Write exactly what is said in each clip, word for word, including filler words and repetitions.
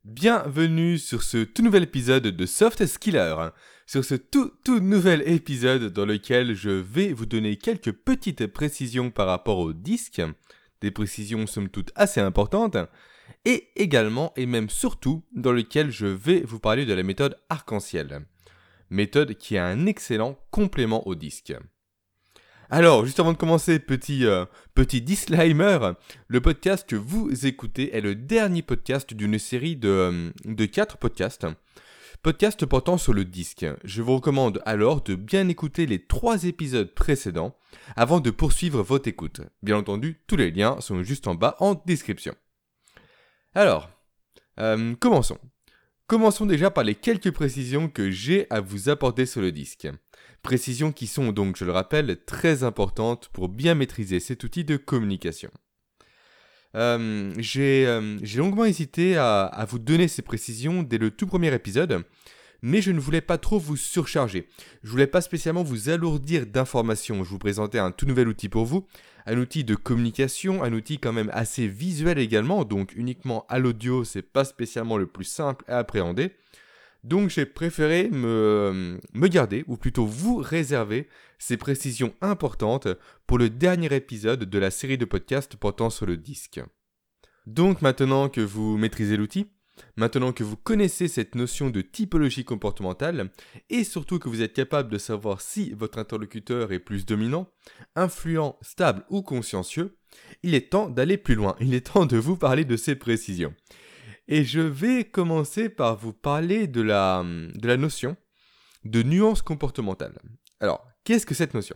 Bienvenue sur ce tout nouvel épisode de Soft Skiller. Sur ce tout tout nouvel épisode dans lequel je vais vous donner quelques petites précisions par rapport au disque, des précisions somme toute assez importantes, et également et même surtout dans lequel je vais vous parler de la méthode arc-en-ciel. Méthode qui est un excellent complément au disque. Alors, juste avant de commencer, petit, euh, petit disclaimer, le podcast que vous écoutez est le dernier podcast d'une série de, euh, de quatre podcasts. Podcasts portant sur le disque. Je vous recommande alors de bien écouter les trois épisodes précédents avant de poursuivre votre écoute. Bien entendu, tous les liens sont juste en bas en description. Alors, euh, commençons. Commençons déjà par les quelques précisions que j'ai à vous apporter sur le disque. Précisions qui sont donc, je le rappelle, très importantes pour bien maîtriser cet outil de communication. Euh, j'ai, euh, j'ai longuement hésité à, à vous donner ces précisions dès le tout premier épisode, mais je ne voulais pas trop vous surcharger. Je voulais pas spécialement vous alourdir d'informations. Je vous présentais un tout nouvel outil pour vous, un outil de communication, un outil quand même assez visuel également, donc uniquement à l'audio, c'est pas spécialement le plus simple à appréhender. Donc j'ai préféré me, me garder, ou plutôt vous réserver, ces précisions importantes pour le dernier épisode de la série de podcasts portant sur le disque. Donc maintenant que vous maîtrisez l'outil, maintenant que vous connaissez cette notion de typologie comportementale, et surtout que vous êtes capable de savoir si votre interlocuteur est plus dominant, influent, stable ou consciencieux, il est temps d'aller plus loin, il est temps de vous parler de ces précisions. Et je vais commencer par vous parler de la, de la notion de nuance comportementale. Alors, qu'est-ce que cette notion ?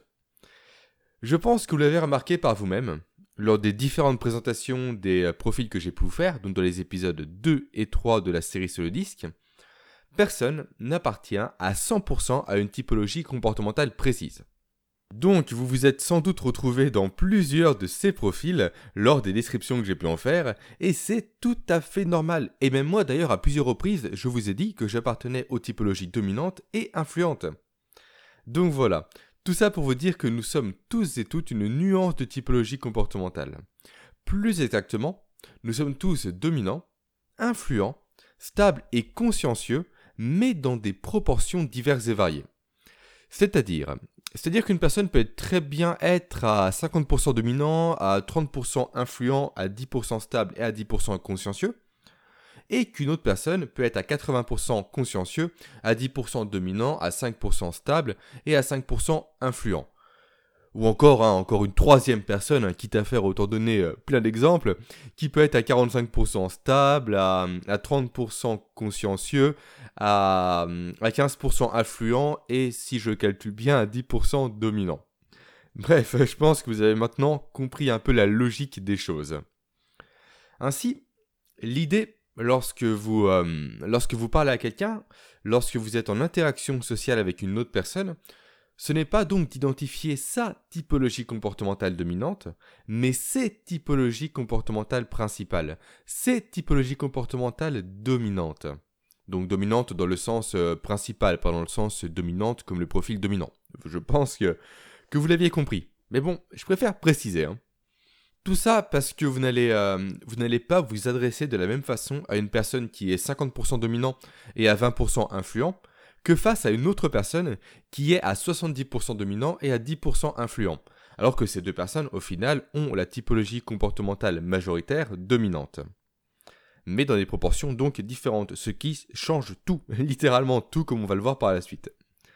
Je pense que vous l'avez remarqué par vous-même, lors des différentes présentations des profils que j'ai pu vous faire, donc dans les épisodes deux et trois de la série sur le disque, personne n'appartient à cent pour cent à une typologie comportementale précise. Donc, vous vous êtes sans doute retrouvé dans plusieurs de ces profils lors des descriptions que j'ai pu en faire, et c'est tout à fait normal. Et même moi d'ailleurs, à plusieurs reprises, je vous ai dit que j'appartenais aux typologies dominantes et influentes. Donc voilà, tout ça pour vous dire que nous sommes tous et toutes une nuance de typologie comportementale. Plus exactement, nous sommes tous dominants, influents, stables et consciencieux, mais dans des proportions diverses et variées. C'est-à-dire... C'est-à-dire qu'une personne peut très bien être à cinquante pour cent dominant, à trente pour cent influent, à dix pour cent stable et à dix pour cent consciencieux, et qu'une autre personne peut être à quatre-vingts pour cent consciencieux, à dix pour cent dominant, à cinq pour cent stable et à cinq pour cent influent. Ou encore, hein, encore une troisième personne, hein, quitte à faire autant donner euh, plein d'exemples, qui peut être à quarante-cinq pour cent stable, à, à trente pour cent consciencieux, à, à quinze pour cent influent et, si je calcule bien, à dix pour cent dominant. Bref, je pense que vous avez maintenant compris un peu la logique des choses. Ainsi, l'idée, lorsque vous, euh, lorsque vous parlez à quelqu'un, lorsque vous êtes en interaction sociale avec une autre personne, ce n'est pas donc d'identifier sa typologie comportementale dominante, mais ses typologies comportementales principales, ses typologies comportementales dominantes. Donc dominante dans le sens euh, principal, pas dans le sens dominante comme le profil dominant. Je pense que, que vous l'aviez compris. Mais bon, je préfère préciser. Hein. Tout ça parce que vous n'allez, euh, vous n'allez pas vous adresser de la même façon à une personne qui est cinquante pour cent dominant et à vingt pour cent influent, que face à une autre personne qui est à soixante-dix pour cent dominant et à dix pour cent influent, alors que ces deux personnes, au final, ont la typologie comportementale majoritaire dominante. Mais dans des proportions donc différentes, ce qui change tout, littéralement tout, comme on va le voir par la suite.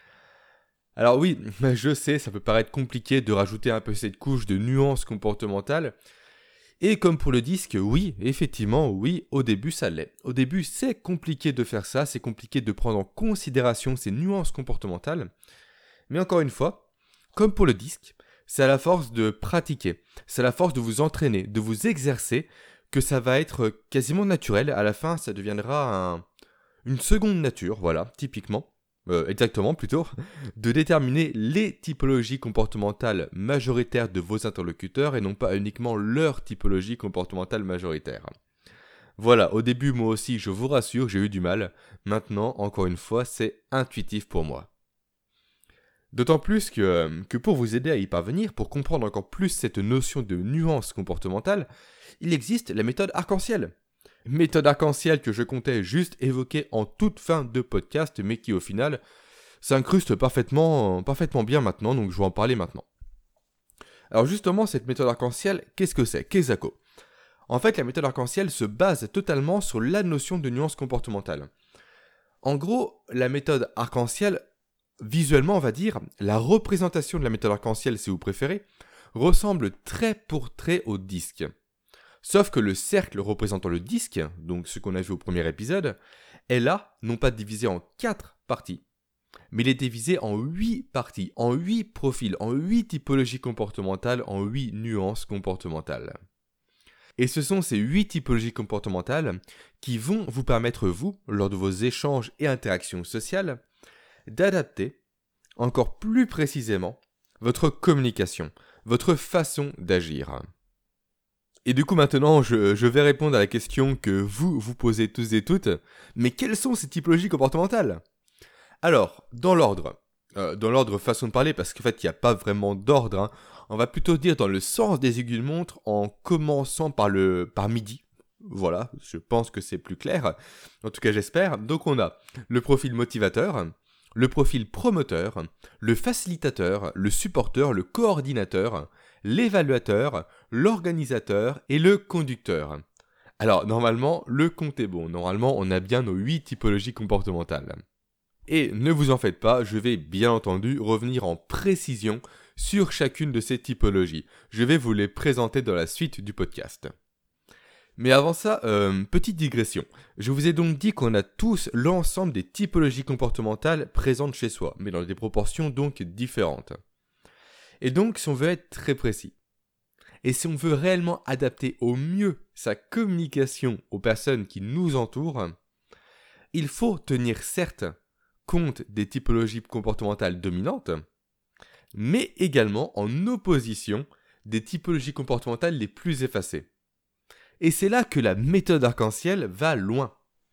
Alors oui, je sais, ça peut paraître compliqué de rajouter un peu cette couche de nuances comportementales, et comme pour le disque, oui, effectivement, oui, au début ça l'est. Au début c'est compliqué de faire ça, c'est compliqué de prendre en considération ces nuances comportementales. Mais encore une fois, comme pour le disque, c'est à la force de pratiquer, c'est à la force de vous entraîner, de vous exercer, que ça va être quasiment naturel. À la fin, ça deviendra un, une seconde nature, voilà, typiquement. Euh, exactement plutôt, de déterminer les typologies comportementales majoritaires de vos interlocuteurs et non pas uniquement leur typologie comportementale majoritaire. Voilà, au début moi aussi je vous rassure, j'ai eu du mal, maintenant encore une fois c'est intuitif pour moi. D'autant plus que, que pour vous aider à y parvenir, pour comprendre encore plus cette notion de nuance comportementale, il existe la méthode arc-en-ciel. Méthode arc-en-ciel que je comptais juste évoquer en toute fin de podcast, mais qui au final s'incruste parfaitement, parfaitement bien maintenant, donc je vais en parler maintenant. Alors justement, cette méthode arc-en-ciel, qu'est-ce que c'est? Qu'est-ce que En fait, la méthode arc-en-ciel se base totalement sur la notion de nuance comportementale. En gros, la méthode arc-en-ciel, visuellement on va dire, la représentation de la méthode arc-en-ciel si vous préférez, ressemble trait pour trait au disque. Sauf que le cercle représentant le disque, donc ce qu'on a vu au premier épisode, est là, non pas divisé en quatre parties, mais il est divisé en huit parties, en huit profils, en huit typologies comportementales, en huit nuances comportementales. Et ce sont ces huit typologies comportementales qui vont vous permettre, vous, lors de vos échanges et interactions sociales, d'adapter, encore plus précisément, votre communication, votre façon d'agir. Et du coup maintenant, je, je vais répondre à la question que vous vous posez tous et toutes, mais quelles sont ces typologies comportementales ? Alors, dans l'ordre, euh, dans l'ordre façon de parler, parce qu'en fait il n'y a pas vraiment d'ordre, hein, on va plutôt dire dans le sens des aiguilles de montre en commençant par, le, par midi. Voilà, je pense que c'est plus clair, en tout cas j'espère. Donc on a le profil motivateur, le profil promoteur, le facilitateur, le supporteur, le coordinateur, l'évaluateur, l'organisateur et le conducteur. Alors normalement, le compte est bon, normalement on a bien nos huit typologies comportementales. Et ne vous en faites pas, je vais bien entendu revenir en précision sur chacune de ces typologies. Je vais vous les présenter dans la suite du podcast. Mais avant ça, euh, petite digression. Je vous ai donc dit qu'on a tous l'ensemble des typologies comportementales présentes chez soi, mais dans des proportions donc différentes. Et donc, si on veut être très précis, et si on veut réellement adapter au mieux sa communication aux personnes qui nous entourent, il faut tenir certes compte des typologies comportementales dominantes, mais également en opposition des typologies comportementales les plus effacées. Et c'est là que la méthode arc-en-ciel va loin.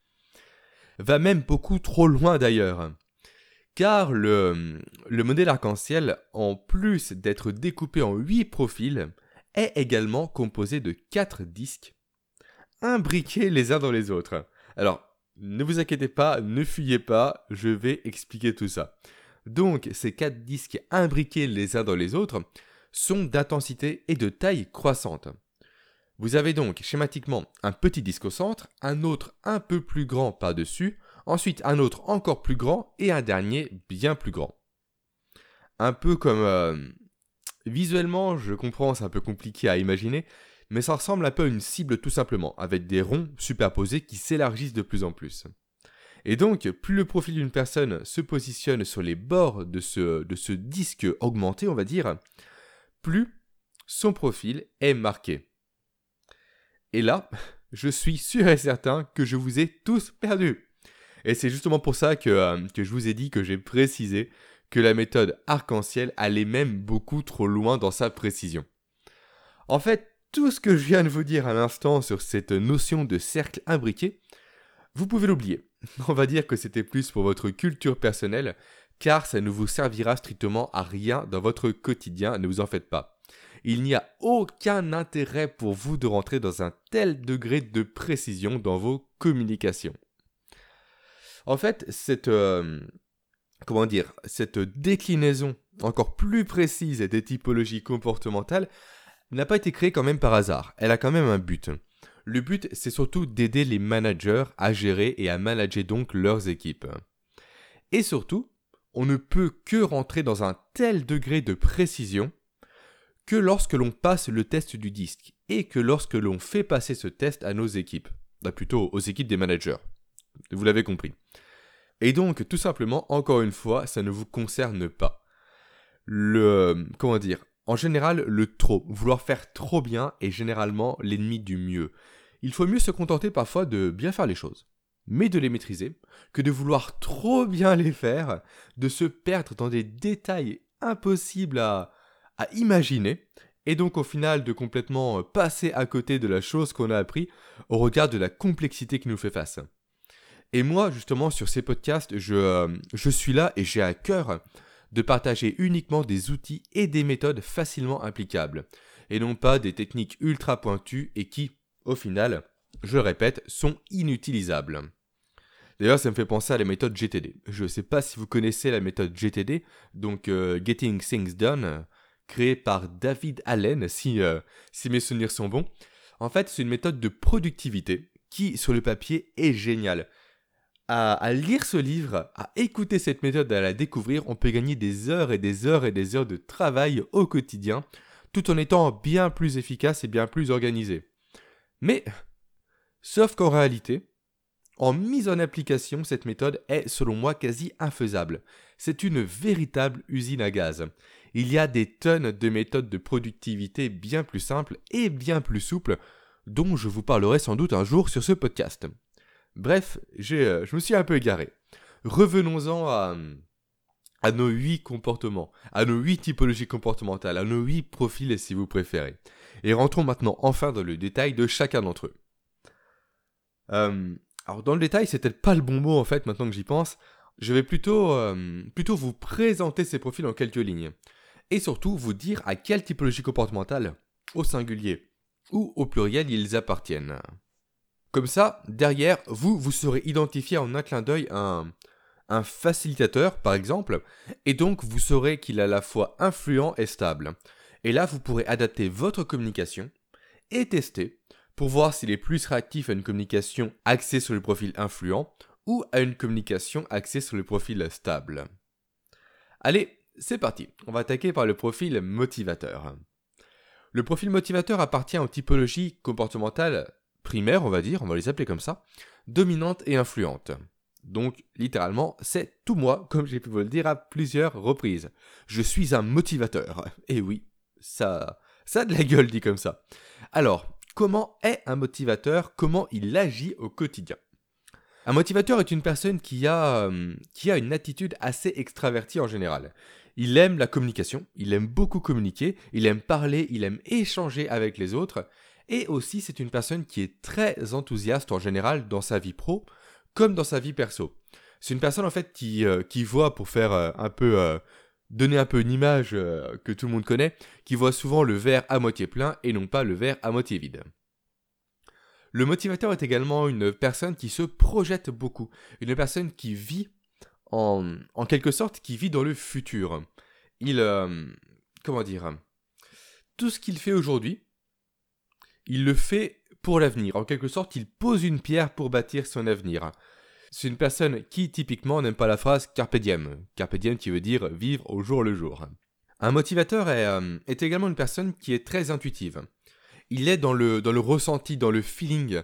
Va même beaucoup trop loin d'ailleurs. Car le, le modèle arc-en-ciel, en plus d'être découpé en huit profils, est également composé de quatre disques, imbriqués les uns dans les autres. Alors, ne vous inquiétez pas, ne fuyez pas, je vais expliquer tout ça. Donc, ces quatre disques imbriqués les uns dans les autres sont d'intensité et de taille croissante. Vous avez donc schématiquement un petit disque au centre, un autre un peu plus grand par-dessus, ensuite un autre encore plus grand et un dernier bien plus grand. Un peu comme... Euh, visuellement, je comprends, c'est un peu compliqué à imaginer, mais ça ressemble un peu à une cible tout simplement, avec des ronds superposés qui s'élargissent de plus en plus. Et donc, plus le profil d'une personne se positionne sur les bords de ce, de ce disque augmenté, on va dire, plus son profil est marqué. Et là, je suis sûr et certain que je vous ai tous perdus. Et c'est justement pour ça que, euh, que je vous ai dit que j'ai précisé que la méthode arc-en-ciel allait même beaucoup trop loin dans sa précision. En fait, tout ce que je viens de vous dire à l'instant sur cette notion de cercle imbriqué, vous pouvez l'oublier. On va dire que c'était plus pour votre culture personnelle, car ça ne vous servira strictement à rien dans votre quotidien, ne vous en faites pas. Il n'y a aucun intérêt pour vous de rentrer dans un tel degré de précision dans vos communications. En fait, cette, euh, comment dire, cette déclinaison encore plus précise des typologies comportementales n'a pas été créée quand même par hasard. Elle a quand même un but. Le but, c'est surtout d'aider les managers à gérer et à manager donc leurs équipes. Et surtout, on ne peut que rentrer dans un tel degré de précision que lorsque l'on passe le test du disque et que lorsque l'on fait passer ce test à nos équipes, bah plutôt aux équipes des managers. Vous l'avez compris. Et donc, tout simplement, encore une fois, ça ne vous concerne pas. Le, comment dire, en général, le trop, vouloir faire trop bien est généralement l'ennemi du mieux. Il faut mieux se contenter parfois de bien faire les choses, mais de les maîtriser, que de vouloir trop bien les faire, de se perdre dans des détails impossibles à, à imaginer, et donc au final de complètement passer à côté de la chose qu'on a appris au regard de la complexité qui nous fait face. Et moi, justement, sur ces podcasts, je, euh, je suis là et j'ai à cœur de partager uniquement des outils et des méthodes facilement applicables, et non pas des techniques ultra pointues et qui, au final, je le répète, sont inutilisables. D'ailleurs, ça me fait penser à la méthode G T D. Je ne sais pas si vous connaissez la méthode G T D, donc euh, Getting Things Done, euh, créée par David Allen, si, euh, si mes souvenirs sont bons. En fait, c'est une méthode de productivité qui, sur le papier, est géniale. À, à lire ce livre, à écouter cette méthode, à la découvrir, on peut gagner des heures et des heures et des heures de travail au quotidien, tout en étant bien plus efficace et bien plus organisé. Mais, sauf qu'en réalité, en mise en application, cette méthode est, selon moi, quasi infaisable. C'est une véritable usine à gaz. Il y a des tonnes de méthodes de productivité bien plus simples et bien plus souples, dont je vous parlerai sans doute un jour sur ce podcast. Bref, j'ai, euh, je me suis un peu égaré. Revenons-en à, à nos huit comportements, à nos huit typologies comportementales, à nos huit profils si vous préférez. Et rentrons maintenant enfin dans le détail de chacun d'entre eux. Euh, alors dans le détail, c'est peut-être pas le bon mot en fait maintenant que j'y pense. Je vais plutôt, euh, plutôt vous présenter ces profils en quelques lignes. Et surtout vous dire à quelle typologie comportementale, au singulier ou au pluriel, ils appartiennent. Comme ça, derrière, vous, vous serez identifié en un clin d'œil un, un facilitateur, par exemple, et donc vous saurez qu'il est à la fois influent et stable. Et là, vous pourrez adapter votre communication et tester pour voir s'il est plus réactif à une communication axée sur le profil influent ou à une communication axée sur le profil stable. Allez, c'est parti. On va attaquer par le profil motivateur. Le profil motivateur appartient aux typologies comportementales primaires, on va dire, on va les appeler comme ça, dominantes et influentes. Donc, littéralement, c'est tout moi, comme j'ai pu vous le dire à plusieurs reprises. Je suis un motivateur. Et oui, ça, ça a de la gueule dit comme ça. Alors, comment est un motivateur? Comment il agit au quotidien? Un motivateur est une personne qui a, euh, qui a une attitude assez extravertie en général. Il aime la communication, il aime beaucoup communiquer, il aime parler, il aime échanger avec les autres. Et aussi, c'est une personne qui est très enthousiaste en général dans sa vie pro comme dans sa vie perso. C'est une personne en fait qui, euh, qui voit, pour faire euh, un peu, euh, donner un peu une image euh, que tout le monde connaît, qui voit souvent le verre à moitié plein et non pas le verre à moitié vide. Le motivateur est également une personne qui se projette beaucoup, une personne qui vit en, en quelque sorte, qui vit dans le futur. Il, euh, comment dire, tout ce qu'il fait aujourd'hui, il le fait pour l'avenir. En quelque sorte, il pose une pierre pour bâtir son avenir. C'est une personne qui, typiquement, n'aime pas la phrase « carpe diem ». Carpe diem qui veut dire « vivre au jour le jour ». Un motivateur est, euh, est également une personne qui est très intuitive. Il est dans le, dans le ressenti, dans le feeling.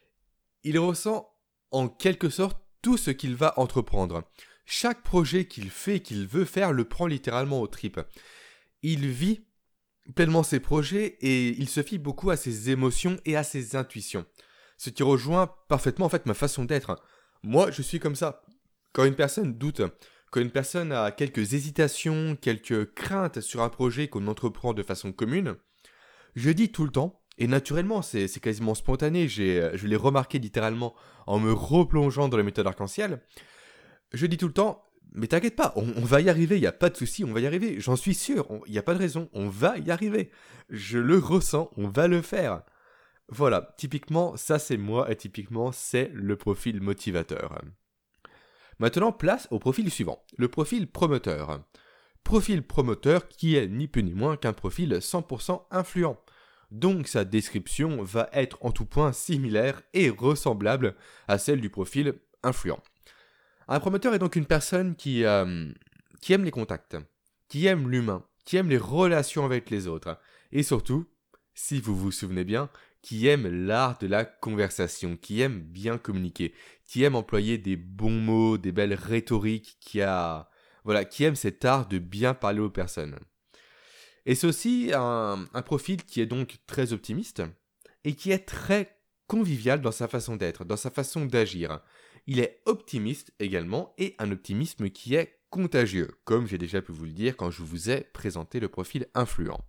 Il ressent, en quelque sorte, tout ce qu'il va entreprendre. Chaque projet qu'il fait, qu'il veut faire, le prend littéralement aux tripes. Il vit pleinement ses projets et il se fie beaucoup à ses émotions et à ses intuitions. Ce qui rejoint parfaitement en fait ma façon d'être. Moi, je suis comme ça. Quand une personne doute, quand une personne a quelques hésitations, quelques craintes sur un projet qu'on entreprend de façon commune, je dis tout le temps, et naturellement, c'est, c'est quasiment spontané, j'ai, je l'ai remarqué littéralement en me replongeant dans la méthode arc-en-ciel, je dis tout le temps, mais t'inquiète pas, on, on va y arriver, il n'y a pas de souci, on va y arriver, j'en suis sûr, il n'y a pas de raison, on va y arriver. Je le ressens, on va le faire. Voilà, typiquement, ça c'est moi, et typiquement, c'est le profil motivateur. Maintenant, place au profil suivant, le profil promoteur. Profil promoteur qui est ni plus ni moins qu'un profil cent pour cent influent. Donc sa description va être en tout point similaire et ressemblable à celle du profil influent. Un promoteur est donc une personne qui, euh, qui aime les contacts, qui aime l'humain, qui aime les relations avec les autres, et surtout, si vous vous souvenez bien, qui aime l'art de la conversation, qui aime bien communiquer, qui aime employer des bons mots, des belles rhétoriques, qui a, voilà, qui aime cet art de bien parler aux personnes. Et c'est aussi un, un profil qui est donc très optimiste et qui est très convivial dans sa façon d'être, dans sa façon d'agir. Il est optimiste également et un optimisme qui est contagieux, comme j'ai déjà pu vous le dire quand je vous ai présenté le profil influent.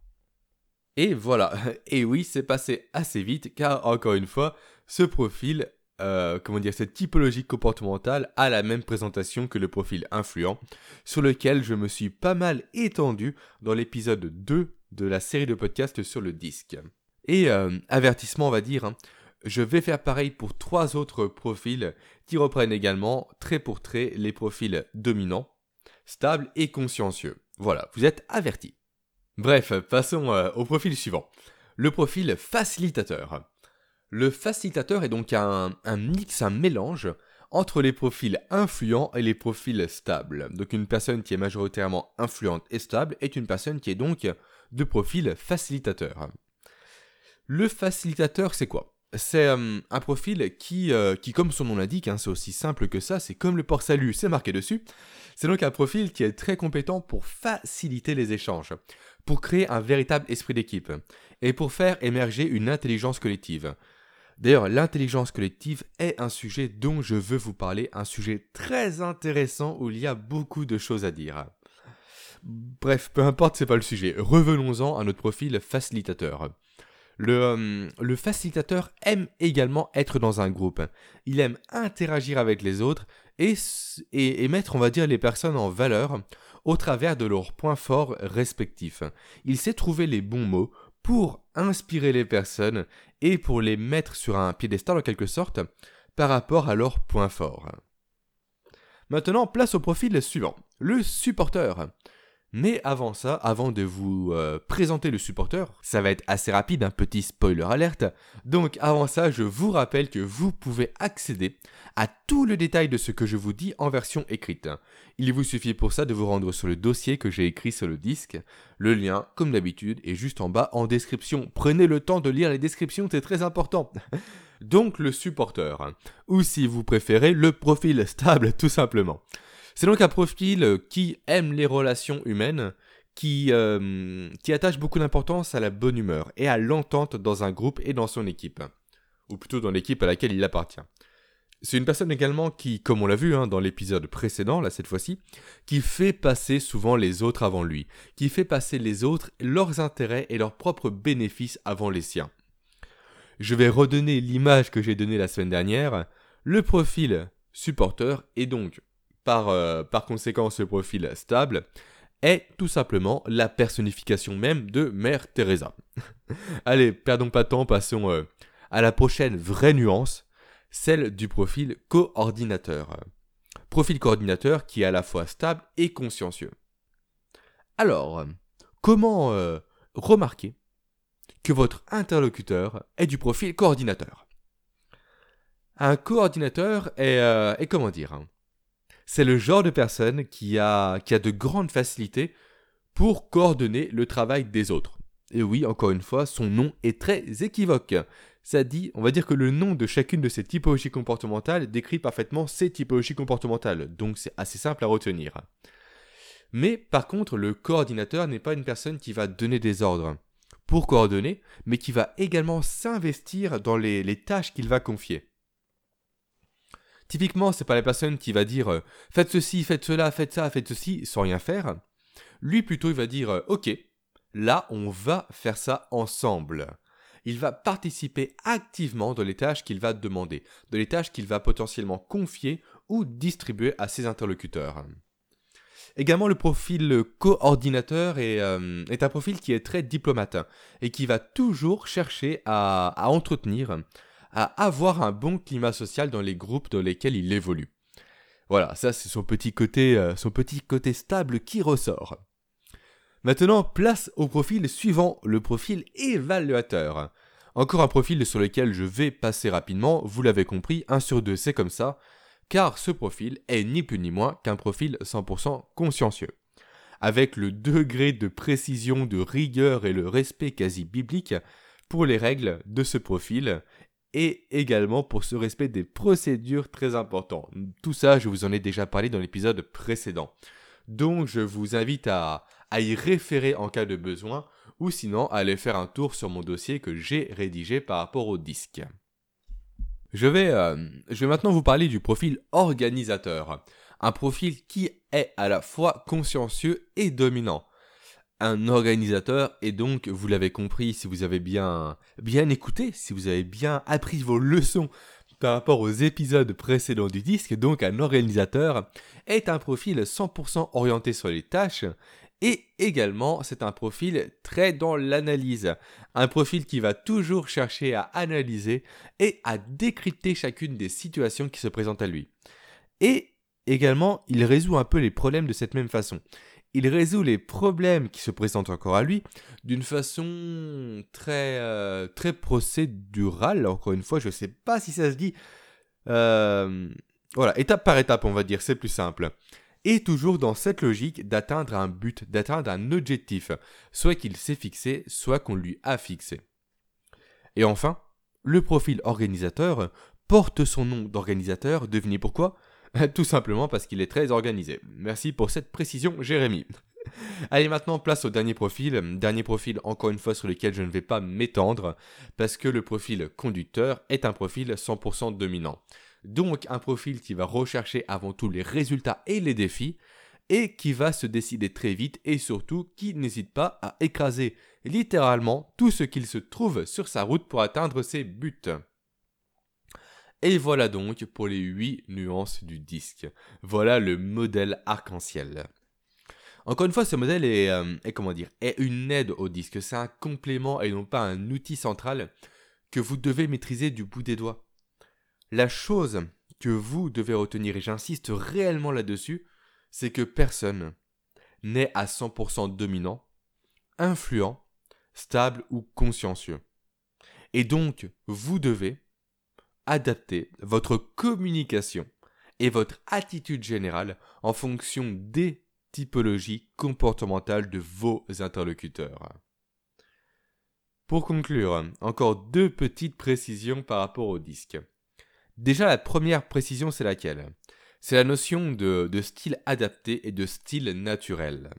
Et voilà, et oui, c'est passé assez vite car encore une fois, ce profil, euh, comment dire, cette typologie comportementale a la même présentation que le profil influent, sur lequel je me suis pas mal étendu dans l'épisode deux de la série de podcasts sur le disque. Et euh, avertissement on va dire, hein, Je vais faire pareil pour trois autres profils qui reprennent également, trait pour trait, les profils dominants, stables et consciencieux. Voilà, vous êtes avertis. Bref, passons euh, au profil suivant. Le profil facilitateur. Le facilitateur est donc un, un mix, un mélange entre les profils influents et les profils stables. Donc une personne qui est majoritairement influente et stable est une personne qui est donc de profil facilitateur. Le facilitateur, c'est quoi ? C'est euh, un profil qui, euh, qui, comme son nom l'indique, hein, c'est aussi simple que ça, c'est comme le port salut, c'est marqué dessus. C'est donc un profil qui est très compétent pour faciliter les échanges, pour créer un véritable esprit d'équipe, et pour faire émerger une intelligence collective. D'ailleurs, l'intelligence collective est un sujet dont je veux vous parler, un sujet très intéressant où il y a beaucoup de choses à dire. Bref, peu importe, c'est pas le sujet. Revenons-en à notre profil facilitateur. Le, euh, le facilitateur aime également être dans un groupe. Il aime interagir avec les autres et, et, et mettre, on va dire, les personnes en valeur au travers de leurs points forts respectifs. Il sait trouver les bons mots pour inspirer les personnes et pour les mettre sur un piédestal en quelque sorte par rapport à leurs points forts. Maintenant, place au profil suivant, le supporteur. Mais avant ça, avant de vous euh, présenter le supporter, ça va être assez rapide, un petit spoiler alerte. Donc avant ça, je vous rappelle que vous pouvez accéder à tout le détail de ce que je vous dis en version écrite. Il vous suffit pour ça de vous rendre sur le dossier que j'ai écrit sur le disque. Le lien, comme d'habitude, est juste en bas en description. Prenez le temps de lire les descriptions, c'est très important. Donc le supporter, ou si vous préférez, le profil stable tout simplement. C'est donc un profil qui aime les relations humaines, qui, euh, qui attache beaucoup d'importance à la bonne humeur et à l'entente dans un groupe et dans son équipe, ou plutôt dans l'équipe à laquelle il appartient. C'est une personne également qui, comme on l'a vu hein, dans l'épisode précédent, là cette fois-ci, qui fait passer souvent les autres avant lui, qui fait passer les autres, leurs intérêts et leurs propres bénéfices avant les siens. Je vais redonner l'image que j'ai donnée la semaine dernière. Le profil supporter est donc Par, euh, par conséquent, ce profil stable est tout simplement la personnification même de Mère Teresa. Allez, perdons pas de temps, passons euh, à la prochaine vraie nuance, celle du profil coordinateur. Profil coordinateur qui est à la fois stable et consciencieux. Alors, comment euh, remarquer que votre interlocuteur est du profil coordinateur ? Un coordinateur est, euh, est comment dire hein, c'est le genre de personne qui a, qui a de grandes facilités pour coordonner le travail des autres. Et oui, encore une fois, son nom est très équivoque. Ça dit, on va dire que le nom de chacune de ces typologies comportementales décrit parfaitement ces typologies comportementales, donc c'est assez simple à retenir. Mais par contre, le coordinateur n'est pas une personne qui va donner des ordres pour coordonner, mais qui va également s'investir dans les, les tâches qu'il va confier. Typiquement, c'est pas la personne qui va dire euh, « faites ceci, faites cela, faites ça, faites ceci » sans rien faire. Lui, plutôt, il va dire euh, « ok, là, on va faire ça ensemble ». Il va participer activement dans les tâches qu'il va demander, dans les tâches qu'il va potentiellement confier ou distribuer à ses interlocuteurs. Également, le profil coordinateur est, euh, est un profil qui est très diplomate et qui va toujours chercher à, à entretenir à avoir un bon climat social dans les groupes dans lesquels il évolue. Voilà, ça c'est son petit côté, euh, son petit côté stable qui ressort. Maintenant, place au profil suivant, le profil évaluateur. Encore un profil sur lequel je vais passer rapidement, vous l'avez compris, un sur deux c'est comme ça, car ce profil est ni plus ni moins qu'un profil cent pour cent consciencieux. Avec le degré de précision, de rigueur et le respect quasi biblique pour les règles de ce profil, et également pour ce respect des procédures très importantes. Tout ça, je vous en ai déjà parlé dans l'épisode précédent. Donc, je vous invite à, à y référer en cas de besoin, ou sinon à aller faire un tour sur mon dossier que j'ai rédigé par rapport au disque. Je vais, euh, je vais maintenant vous parler du profil organisateur. Un profil qui est à la fois consciencieux et dominant. Un organisateur, et donc, vous l'avez compris, si vous avez bien, bien écouté, si vous avez bien appris vos leçons par rapport aux épisodes précédents du disque, donc un organisateur est un profil cent pour cent orienté sur les tâches Et également, c'est un profil très dans l'analyse. Un profil qui va toujours chercher à analyser et à décrypter chacune des situations qui se présentent à lui. Et également, il résout un peu les problèmes de cette même façon. Il résout les problèmes qui se présentent encore à lui d'une façon très, euh, très procédurale. Encore une fois, je ne sais pas si ça se dit. Euh, voilà, étape par étape, on va dire, c'est plus simple. Et toujours dans cette logique d'atteindre un but, d'atteindre un objectif, soit qu'il s'est fixé, soit qu'on lui a fixé. Et enfin, le profil organisateur porte son nom d'organisateur, devinez pourquoi ? Tout simplement parce qu'il est très organisé. Merci pour cette précision, Jérémy. Allez, maintenant, place au dernier profil. Dernier profil, encore une fois, sur lequel je ne vais pas m'étendre, parce que le profil conducteur est un profil cent pour cent dominant. Donc, un profil qui va rechercher avant tout les résultats et les défis, et qui va se décider très vite, et surtout, qui n'hésite pas à écraser littéralement tout ce qu'il se trouve sur sa route pour atteindre ses buts. Et voilà donc pour les huit nuances du disque. Voilà le modèle arc-en-ciel. Encore une fois, ce modèle est, euh, est, comment dire, est une aide au disque. C'est un complément et non pas un outil central que vous devez maîtriser du bout des doigts. La chose que vous devez retenir, et j'insiste réellement là-dessus, c'est que personne n'est à cent pour cent dominant, influent, stable ou consciencieux. Et donc, vous devez adapter votre communication et votre attitude générale en fonction des typologies comportementales de vos interlocuteurs. Pour conclure, encore deux petites précisions par rapport au disque. Déjà, la première précision, c'est laquelle ? C'est la notion de, de style adapté et de style naturel.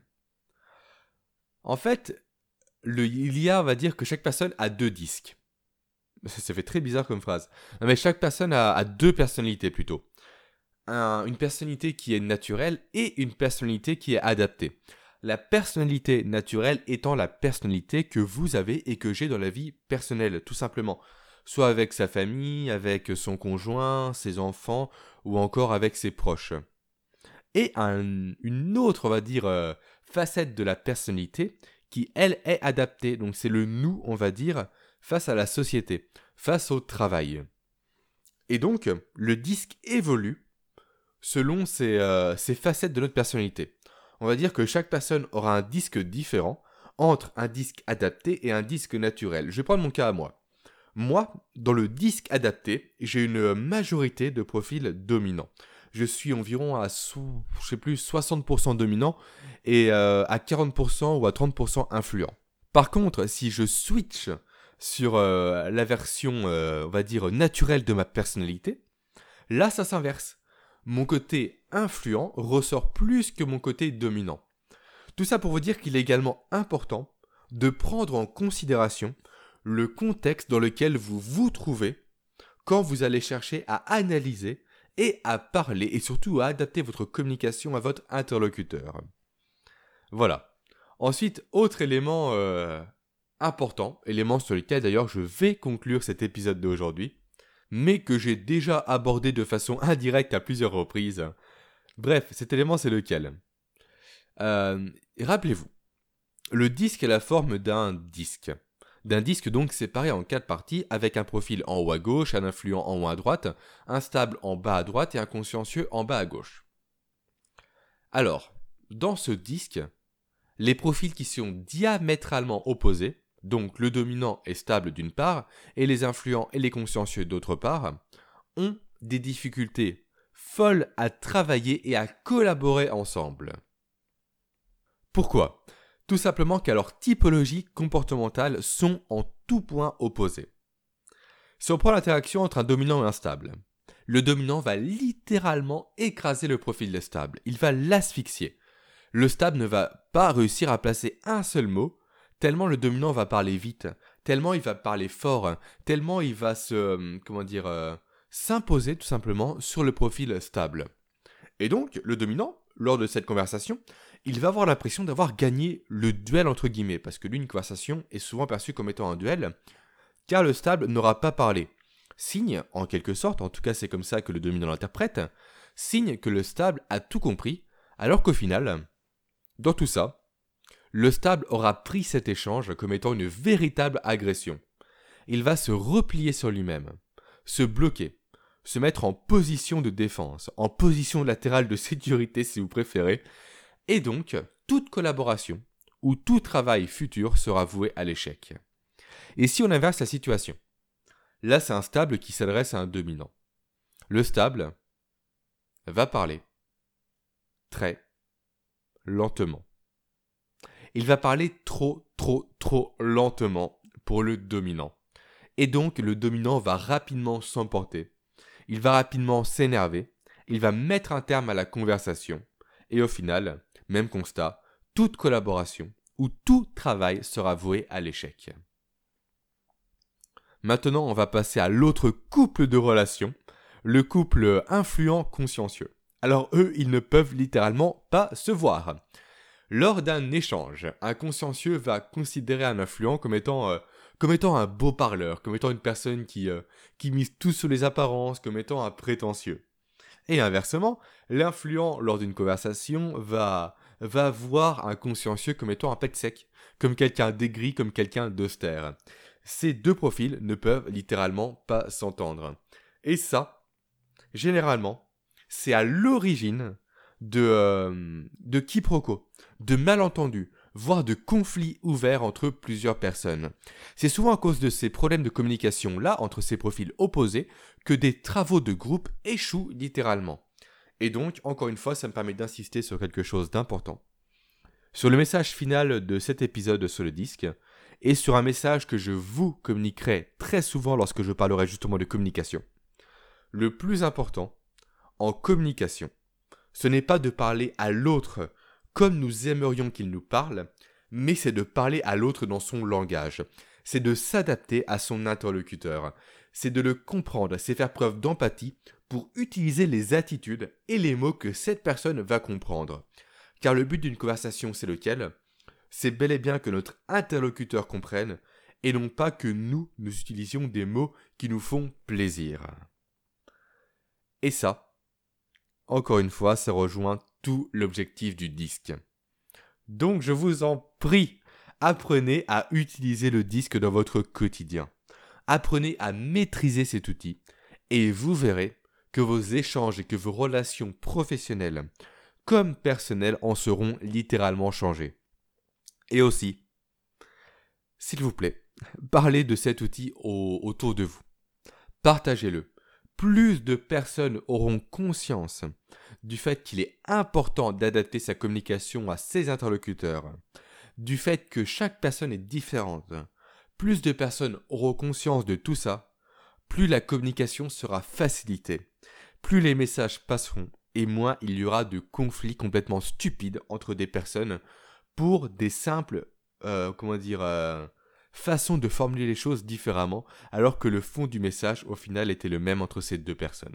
En fait, le, il y a, on va dire que chaque personne a deux disques. Ça fait très bizarre comme phrase. Non, mais chaque personne a, a deux personnalités plutôt. Un, une personnalité qui est naturelle et une personnalité qui est adaptée. La personnalité naturelle étant la personnalité que vous avez et que j'ai dans la vie personnelle, tout simplement. Soit avec sa famille, avec son conjoint, ses enfants, ou encore avec ses proches. Et un, une autre, on va dire, euh, facette de la personnalité qui, elle, est adaptée. Donc c'est le nous, on va dire, face à la société, face au travail. Et donc, le disque évolue selon ces, euh, ces facettes de notre personnalité. On va dire que chaque personne aura un disque différent entre un disque adapté et un disque naturel. Je vais prendre mon cas à moi. Moi, dans le disque adapté, j'ai une majorité de profils dominants. Je suis environ à so- je sais plus, soixante pour cent dominant et euh, à quarante pour cent ou à trente pour cent influent. Par contre, si je switch sur euh, la version, euh, on va dire, naturelle de ma personnalité, là, ça s'inverse. Mon côté influent ressort plus que mon côté dominant. Tout ça pour vous dire qu'il est également important de prendre en considération le contexte dans lequel vous vous trouvez quand vous allez chercher à analyser et à parler et surtout à adapter votre communication à votre interlocuteur. Voilà. Ensuite, autre élément euh, important, élément sur lequel d'ailleurs je vais conclure cet épisode d'aujourd'hui, mais que j'ai déjà abordé de façon indirecte à plusieurs reprises. Bref, cet élément c'est lequel ? euh, Rappelez-vous, le disque a la forme d'un disque. D'un disque donc séparé en quatre parties avec un profil en haut à gauche, un influent en haut à droite, un stable en bas à droite et un consciencieux en bas à gauche. Alors, dans ce disque, les profils qui sont diamétralement opposés, donc le dominant est stable d'une part, et les influents et les consciencieux d'autre part, ont des difficultés folles à travailler et à collaborer ensemble. Pourquoi ? Tout simplement car leurs typologies comportementales sont en tout point opposées. Si on prend l'interaction entre un dominant et un stable, le dominant va littéralement écraser le profil stable, il va l'asphyxier. Le stable ne va pas réussir à placer un seul mot, tellement le dominant va parler vite, tellement il va parler fort, tellement il va se, comment dire, euh, s'imposer tout simplement sur le profil stable. Et donc, le dominant, lors de cette conversation, il va avoir l'impression d'avoir gagné le duel entre guillemets, parce que l'une conversation est souvent perçue comme étant un duel, car le stable n'aura pas parlé. Signe, en quelque sorte, en tout cas c'est comme ça que le dominant l'interprète, signe que le stable a tout compris, alors qu'au final, dans tout ça, Le stable aura pris cet échange comme étant une véritable agression. Il va se replier sur lui-même, se bloquer, se mettre en position de défense, en position latérale de sécurité si vous préférez, et donc toute collaboration ou tout travail futur sera voué à l'échec. Et si on inverse la situation, là c'est un stable qui s'adresse à un dominant. Le stable va parler très lentement. Il va parler trop, trop, trop lentement pour le dominant. Et donc le dominant va rapidement s'emporter. Il va rapidement s'énerver. Il va mettre un terme à la conversation. Et au final, même constat, toute collaboration ou tout travail sera voué à l'échec. Maintenant, on va passer à l'autre couple de relations, le couple influent consciencieux. Alors eux, ils ne peuvent littéralement pas se voir. Lors d'un échange, un consciencieux va considérer un influent comme étant, euh, comme étant un beau parleur, comme étant une personne qui, euh, qui mise tout sur les apparences, comme étant un prétentieux. Et inversement, l'influent, lors d'une conversation, va, va voir un consciencieux comme étant un pet sec, comme quelqu'un d'aigri, comme quelqu'un d'austère. Ces deux profils ne peuvent littéralement pas s'entendre. Et ça, généralement, c'est à l'origine de, euh, de quiproquos, de malentendus, voire de conflits ouverts entre plusieurs personnes. C'est souvent à cause de ces problèmes de communication-là, entre ces profils opposés, que des travaux de groupe échouent littéralement. Et donc, encore une fois, ça me permet d'insister sur quelque chose d'important. Sur le message final de cet épisode sur le disque, et sur un message que je vous communiquerai très souvent lorsque je parlerai justement de communication. Le plus important, en communication, ce n'est pas de parler à l'autre comme nous aimerions qu'il nous parle, mais c'est de parler à l'autre dans son langage. C'est de s'adapter à son interlocuteur. C'est de le comprendre, c'est faire preuve d'empathie pour utiliser les attitudes et les mots que cette personne va comprendre. Car le but d'une conversation, c'est lequel ? C'est bel et bien que notre interlocuteur comprenne et non pas que nous, nous utilisions des mots qui nous font plaisir. Et ça, encore une fois, ça rejoint tout l'objectif du disque. Donc je vous en prie, apprenez à utiliser le disque dans votre quotidien. Apprenez à maîtriser cet outil et vous verrez que vos échanges et que vos relations professionnelles comme personnelles en seront littéralement changées. Et aussi, s'il vous plaît, parlez de cet outil au, autour de vous. Partagez-le. Plus de personnes auront conscience du fait qu'il est important d'adapter sa communication à ses interlocuteurs, du fait que chaque personne est différente. Plus de personnes auront conscience de tout ça, plus la communication sera facilitée, plus les messages passeront et moins il y aura de conflits complètement stupides entre des personnes pour des simples, euh, comment dire, euh, façons de formuler les choses différemment, alors que le fond du message, au final, était le même entre ces deux personnes.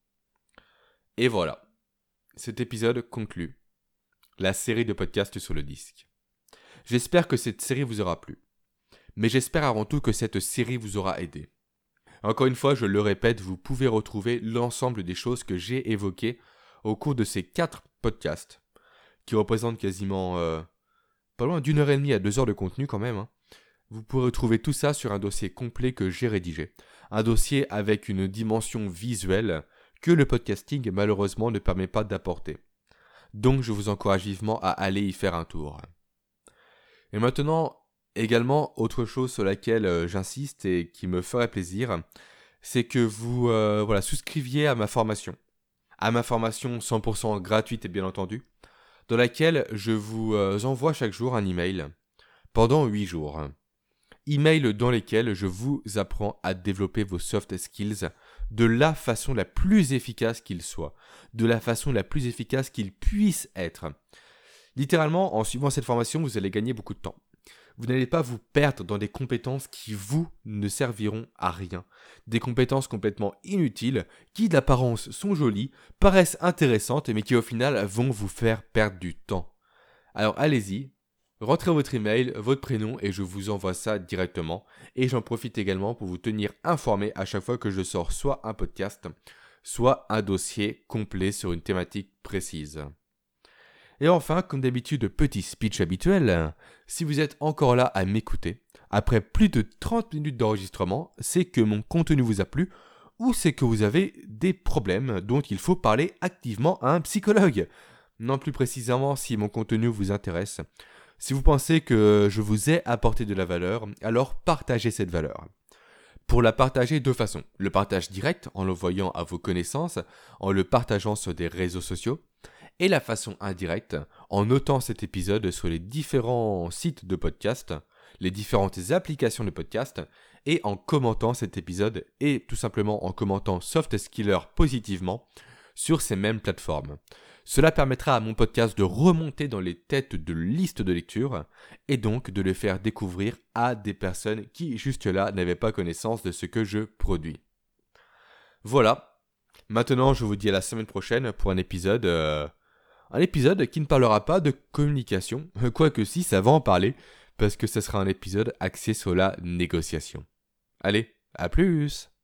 Et voilà, cet épisode conclut la série de podcasts sur le disque. J'espère que cette série vous aura plu, mais j'espère avant tout que cette série vous aura aidé. Encore une fois, je le répète, vous pouvez retrouver l'ensemble des choses que j'ai évoquées au cours de ces quatre podcasts, qui représentent quasiment euh, pas loin d'une heure et demie à deux heures de contenu quand même. Hein. Vous pourrez retrouver tout ça sur un dossier complet que j'ai rédigé. Un dossier avec une dimension visuelle que le podcasting malheureusement ne permet pas d'apporter. Donc je vous encourage vivement à aller y faire un tour. Et maintenant, également, autre chose sur laquelle euh, j'insiste et qui me ferait plaisir, c'est que vous euh, voilà, souscriviez à ma formation. À ma formation cent pour cent gratuite et bien entendu, dans laquelle je vous euh, envoie chaque jour un email pendant huit jours. Email dans lesquels je vous apprends à développer vos soft skills de la façon la plus efficace qu'il soit, de la façon la plus efficace qu'il puisse être. Littéralement, en suivant cette formation, vous allez gagner beaucoup de temps. Vous n'allez pas vous perdre dans des compétences qui vous ne serviront à rien. Des compétences complètement inutiles, qui d'apparence sont jolies, paraissent intéressantes, mais qui au final vont vous faire perdre du temps. Alors allez-y, rentrez votre email, votre prénom et je vous envoie ça directement. Et j'en profite également pour vous tenir informé à chaque fois que je sors soit un podcast, soit un dossier complet sur une thématique précise. Et enfin, comme d'habitude, petit speech habituel, si vous êtes encore là à m'écouter, après plus de trente minutes d'enregistrement, c'est que mon contenu vous a plu ou c'est que vous avez des problèmes dont il faut parler activement à un psychologue. Non, plus précisément, si mon contenu vous intéresse. Si vous pensez que je vous ai apporté de la valeur, alors partagez cette valeur. Pour la partager de façons. Le partage direct en l'envoyant à vos connaissances, en le partageant sur des réseaux sociaux, et la façon indirecte en notant cet épisode sur les différents sites de podcast, les différentes applications de podcast, et en commentant cet épisode et tout simplement en commentant Soft Skiller positivement sur ces mêmes plateformes. Cela permettra à mon podcast de remonter dans les têtes de liste de lecture et donc de le faire découvrir à des personnes qui jusque-là n'avaient pas connaissance de ce que je produis. Voilà, maintenant je vous dis à la semaine prochaine pour un épisode, euh, un épisode qui ne parlera pas de communication, quoique si ça va en parler, parce que ce sera un épisode axé sur la négociation. Allez, à plus!